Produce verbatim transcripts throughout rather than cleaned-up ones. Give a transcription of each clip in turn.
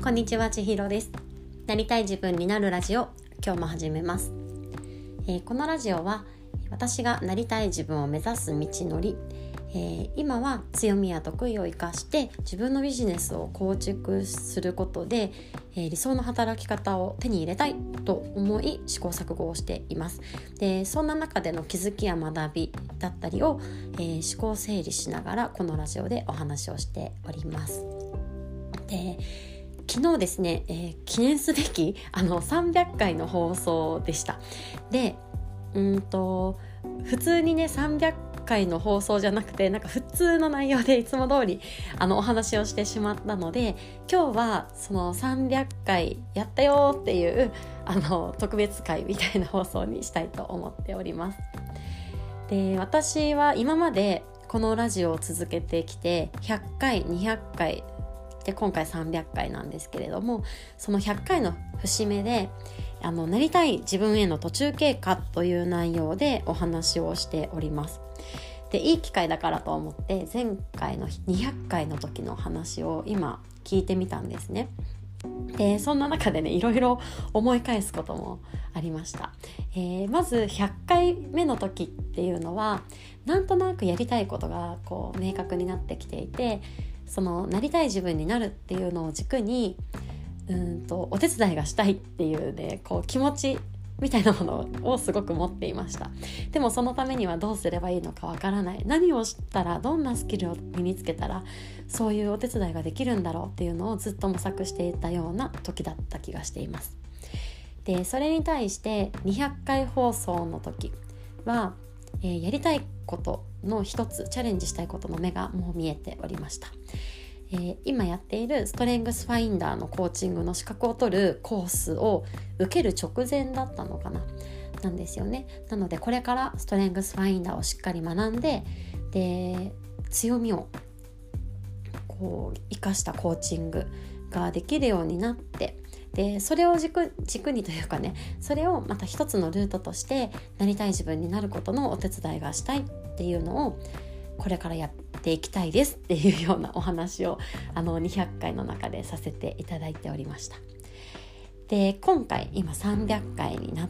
こんにちは、ちひろです。なりたい自分になるラジオ、今日も始めます。えー、このラジオは私がなりたい自分を目指す道のり、えー、今は強みや得意を生かして自分のビジネスを構築することで、えー、理想の働き方を手に入れたいと思い試行錯誤をしています。で、そんな中での気づきや学びだったりを、えー、思考整理しながらこのラジオでお話をしております。で、昨日ですね、えー、記念すべきあのさんびゃっかいの放送でした。で、うんと普通にねさんびゃっかいの放送じゃなくて、なんか普通の内容でいつも通りあのお話をしてしまったので、今日はそのさんびゃっかいやったよっていうあの特別会みたいな放送にしたいと思っております。で、私は今までこのラジオを続けてきてひゃっかい、にひゃっかいで今回さんびゃっかいなんですけれども、そのひゃっかいの節目であのなりたい自分への途中経過という内容でお話をしております。で、いい機会だからと思って前回のにひゃっかいの時の話を今聞いてみたんですね。で、そんな中でねいろいろ思い返すこともありました。えー、まずひゃっかいめの時っていうのはなんとなくやりたいことがこう明確になってきていて、そのなりたい自分になるっていうのを軸にうんとお手伝いがしたいっていうねこう気持ちみたいなものをすごく持っていました。でもそのためにはどうすればいいのかわからない、何をしたらどんなスキルを身につけたらそういうお手伝いができるんだろうっていうのをずっと模索していたような時だった気がしています。で、それに対してにひゃっかい放送の時は、えー、やりたいことの一つ、チャレンジしたいことの目がもう見えておりました。えー、今やっているストレングスファインダーのコーチングの資格を取るコースを受ける直前だったのかななんですよね。なのでこれからストレングスファインダーをしっかり学んで、で強みをこう生かしたコーチングができるようになって、でそれを軸、軸にというかね、それをまた一つのルートとしてなりたい自分になることのお手伝いがしたいっていうのをこれからやっていきたいですっていうようなお話をあのにひゃっかいの中でさせていただいておりました。で、今回今さんびゃっかいになって、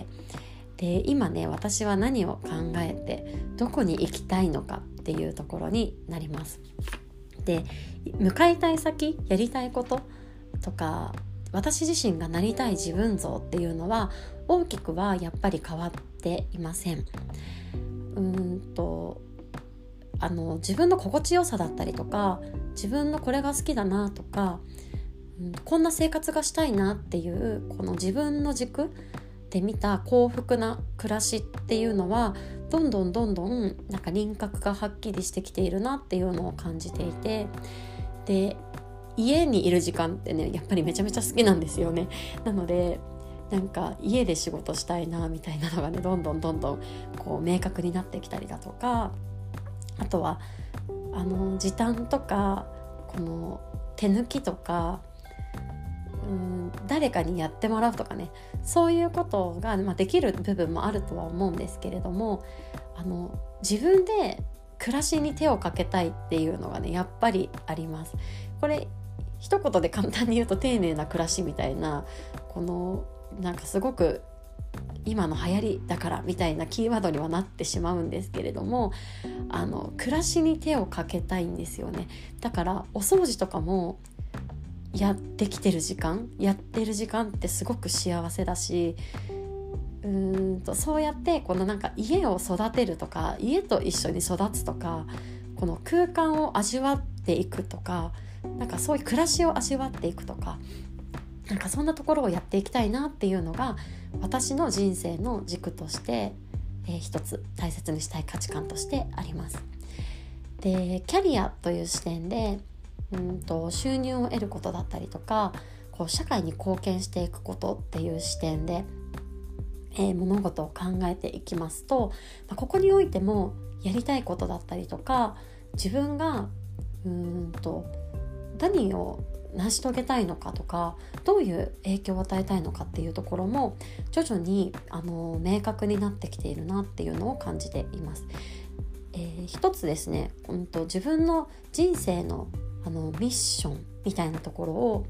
で今ね私は何を考えてどこに行きたいのかっていうところになります。で、向かいたい先、やりたいこととか私自身がなりたい自分像っていうのは大きくはやっぱり変わっていません。うーんとあの自分の心地よさだったりとか、自分のこれが好きだなとか、うん、こんな生活がしたいなっていうこの自分の軸で見た幸福な暮らしっていうのはどんどんどんどんなんか輪郭がはっきりしてきているなっていうのを感じていて、で家にいる時間ってねやっぱりめちゃめちゃ好きなんですよね。なのでなんか家で仕事したいなみたいなのがねどんどんどんどんこう明確になってきたりだとか、あとはあの時短とかこの手抜きとか、うん、誰かにやってもらうとかね、そういうことが、まあ、できる部分もあるとは思うんですけれども、あの自分で暮らしに手をかけたいっていうのがねやっぱりあります。これ一言で簡単に言うと丁寧な暮らしみたいな、このなんかすごく今の流行りだからみたいなキーワードにはなってしまうんですけれども、あの暮らしに手をかけたいんですよね。だからお掃除とかもやってきてる時間やってる時間ってすごく幸せだし、うーんとそうやってこのなんか家を育てるとか家と一緒に育つとか、この空間を味わっていくとか、なんかそういう暮らしを味わっていくとか、なんかそんなところをやっていきたいなっていうのが私の人生の軸として、えー、一つ大切にしたい価値観としてあります。で、キャリアという視点でうんと収入を得ることだったりとか、こう社会に貢献していくことっていう視点で、えー、物事を考えていきますと、まあ、ここにおいてもやりたいことだったりとか、自分がうーんと何を成し遂げたいのかとか、どういう影響を与えたいのかっていうところも徐々にあの明確になってきているなっていうのを感じています。えー、一つですね、うんと自分の人生のあのミッションみたいなところを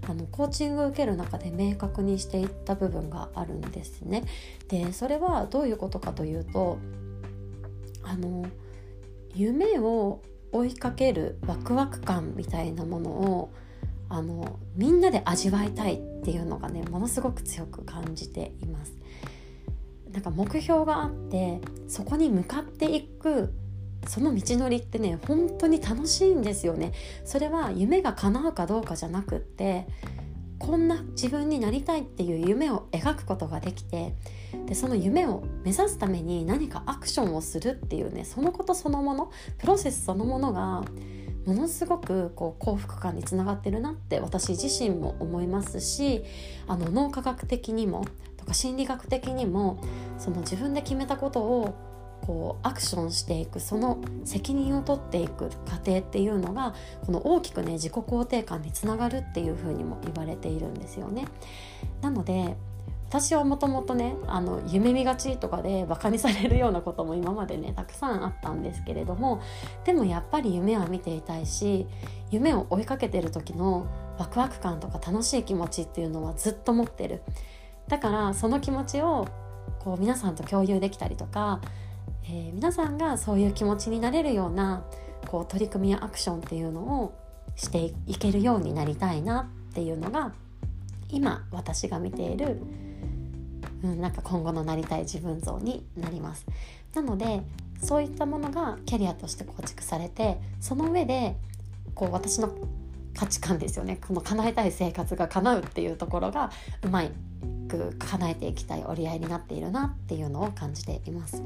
あのコーチングを受ける中で明確にしていった部分があるんですね。でそれはどういうことかというと、あの夢を追いかけるワクワク感みたいなものをあのみんなで味わいたいっていうのがね、ものすごく強く感じています。なんか目標があってそこに向かっていくその道のりってね、本当に楽しいんですよね。それは夢が叶うかどうかじゃなくって、こんな自分になりたいっていう夢を描くことができて、でその夢を目指すために何かアクションをするっていうね、そのことそのもの、プロセスそのものがものすごくこう幸福感につながってるなって私自身も思いますし、あの脳科学的にもとか心理学的にも、その自分で決めたことをこうアクションしていく、その責任を取っていく過程っていうのが、この大きくね自己肯定感につながるっていうふうにも言われているんですよね。なので私はもともとね、あの夢見がちとかでバカにされるようなことも今までねたくさんあったんですけれども、でもやっぱり夢は見ていたいし、夢を追いかけてる時のワクワク感とか楽しい気持ちっていうのはずっと持ってる。だからその気持ちをこう皆さんと共有できたりとか、えー、皆さんがそういう気持ちになれるようなこう取り組みやアクションっていうのをしていけるようになりたいなっていうのが今私が見ている、うん、なんか今後のなりたい自分像になります。なのでそういったものがキャリアとして構築されて、その上でこう私の価値観ですよね、この叶えたい生活が叶うっていうところがうまく叶えていきたい折り合いになっているなっていうのを感じています。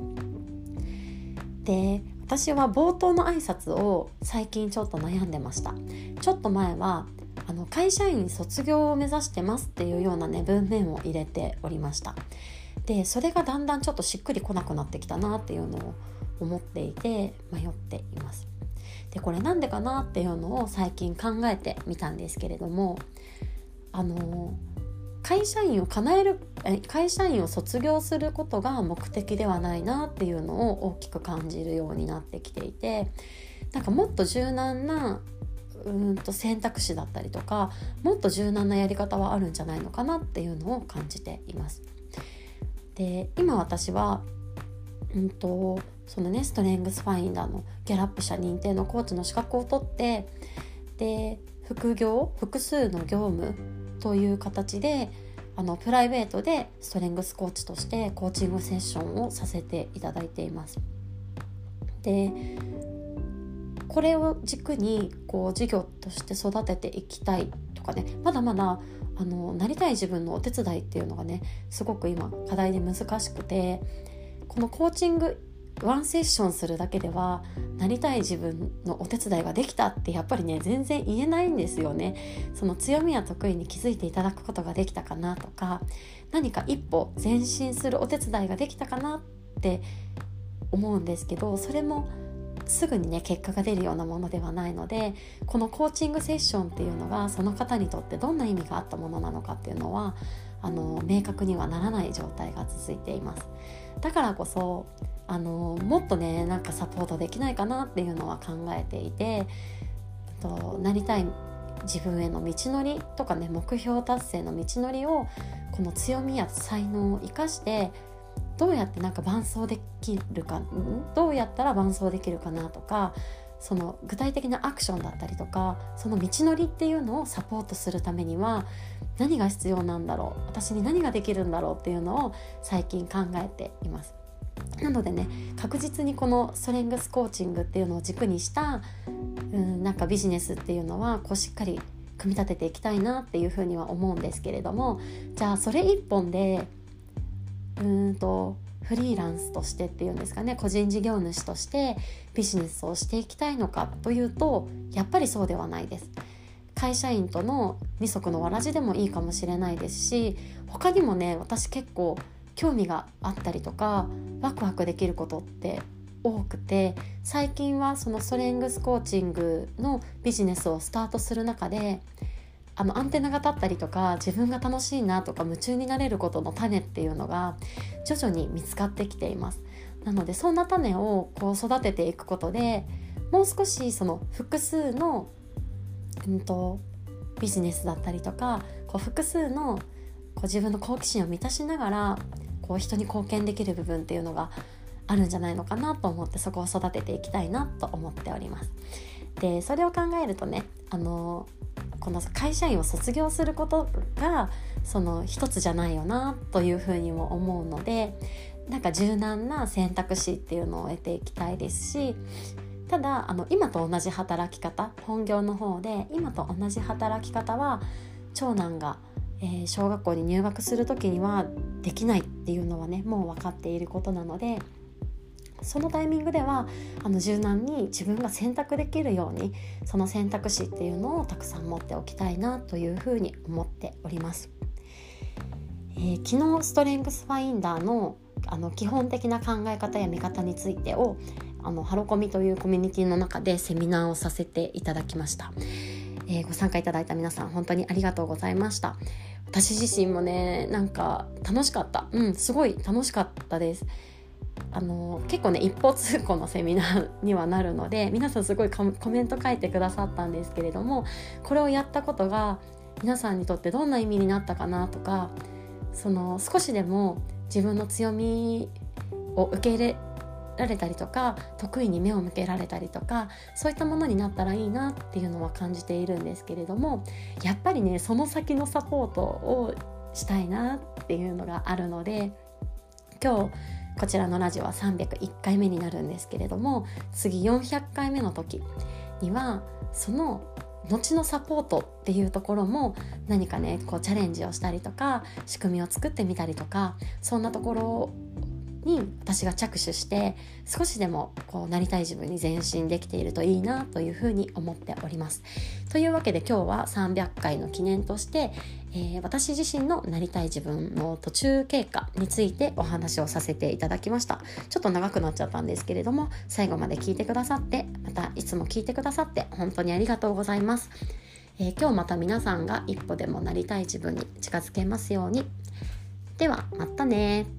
で私は冒頭の挨拶を最近ちょっと悩んでました。ちょっと前はあの会社員卒業を目指してますっていうようなね文面を入れておりました。でそれがだんだんちょっとしっくりこなくなってきたなっていうのを思っていて迷っています。でこれなんでかなっていうのを最近考えてみたんですけれども、あの会社員を叶える会社員を卒業することが目的ではないなっていうのを大きく感じるようになってきていて、なんかもっと柔軟なうーんと選択肢だったりとか、もっと柔軟なやり方はあるんじゃないのかなっていうのを感じています。で今私はうんとそのねストレングスファインダーのギャラップ社認定のコーチの資格を取って、で副業複数の業務という形であのプライベートでストレングスコーチとしてコーチングセッションをさせていただいています。でこれを軸にこう事業として育てていきたいとかね、まだまだあのなりたい自分のお手伝いっていうのがねすごく今課題で難しくて、このコーチングワンセッションするだけではなりたい自分のお手伝いができたってやっぱりね全然言えないんですよね。その強みや得意に気づいていただくことができたかなとか、何か一歩前進するお手伝いができたかなって思うんですけど、それもすぐにね結果が出るようなものではないので、このコーチングセッションっていうのがその方にとってどんな意味があったものなのかっていうのはあの明確にはならない状態が続いています。だからこそあのもっとねなんかサポートできないかなっていうのは考えていて、となりたい自分への道のりとかね目標達成の道のりをこの強みや才能を生かしてどうやってなんか伴走できるか、どうやったら伴走できるかなとか、その具体的なアクションだったりとか、その道のりっていうのをサポートするためには何が必要なんだろう、私に何ができるんだろうっていうのを最近考えています。なのでね確実にこのストレングスコーチングっていうのを軸にした、うん、なんかビジネスっていうのはこうしっかり組み立てていきたいなっていうふうには思うんですけれども、じゃあそれ一本でうーんとフリーランスとしてっていうんですかね、個人事業主としてビジネスをしていきたいのかというとやっぱりそうではないです。会社員との二足のわらじでもいいかもしれないですし、他にもね私結構興味があったりとかワクワクできることって多くて、最近はそのストレングスコーチングのビジネスをスタートする中であのアンテナが立ったりとか自分が楽しいなとか夢中になれることの種っていうのが徐々に見つかってきています。なのでそんな種をこう育てていくことでもう少しその複数の、うんとビジネスだったりとか、こう複数のこう自分の好奇心を満たしながらこう人に貢献できる部分っていうのがあるんじゃないのかなと思って、そこを育てていきたいなと思っております。でそれを考えるとね、あのこの会社員を卒業することがその一つじゃないよなというふうにも思うので、なんか柔軟な選択肢っていうのを得ていきたいですし、ただあの今と同じ働き方、本業の方で今と同じ働き方は長男が、えー、小学校に入学する時にはできないっていうのはね、もう分かっていることなので、そのタイミングではあの柔軟に自分が選択できるように、その選択肢っていうのをたくさん持っておきたいなというふうに思っております。えー、昨日ストレングスファインダーのあの基本的な考え方や見方についてをあのハロコミというコミュニティの中でセミナーをさせていただきました。えー、ご参加いただいた皆さん本当にありがとうございました。私自身もね、なんか楽しかった、うん、すごい楽しかったです。あの結構ね一方通行のセミナーにはなるので、皆さんすごいコメント書いてくださったんですけれども、これをやったことが皆さんにとってどんな意味になったかなとか、その少しでも自分の強みを受け入れられたりとか、得意に目を向けられたりとか、そういったものになったらいいなっていうのは感じているんですけれども、やっぱりねその先のサポートをしたいなっていうのがあるので、今日こちらのラジオはさんびゃくいっかいめになるんですけれども、次よんひゃっかいめの時にはその後のサポートっていうところも何かねこうチャレンジをしたりとか、仕組みを作ってみたりとか、そんなところに私が着手して少しでもこうなりたい自分に前進できているといいなというふうに思っております。というわけで今日はさんびゃっかいの記念として、えー、私自身のなりたい自分の途中経過についてお話をさせていただきました。ちょっと長くなっちゃったんですけれども、最後まで聞いてくださって、またいつも聞いてくださって本当にありがとうございます。えー、今日また皆さんが一歩でもなりたい自分に近づけますように。ではまたね。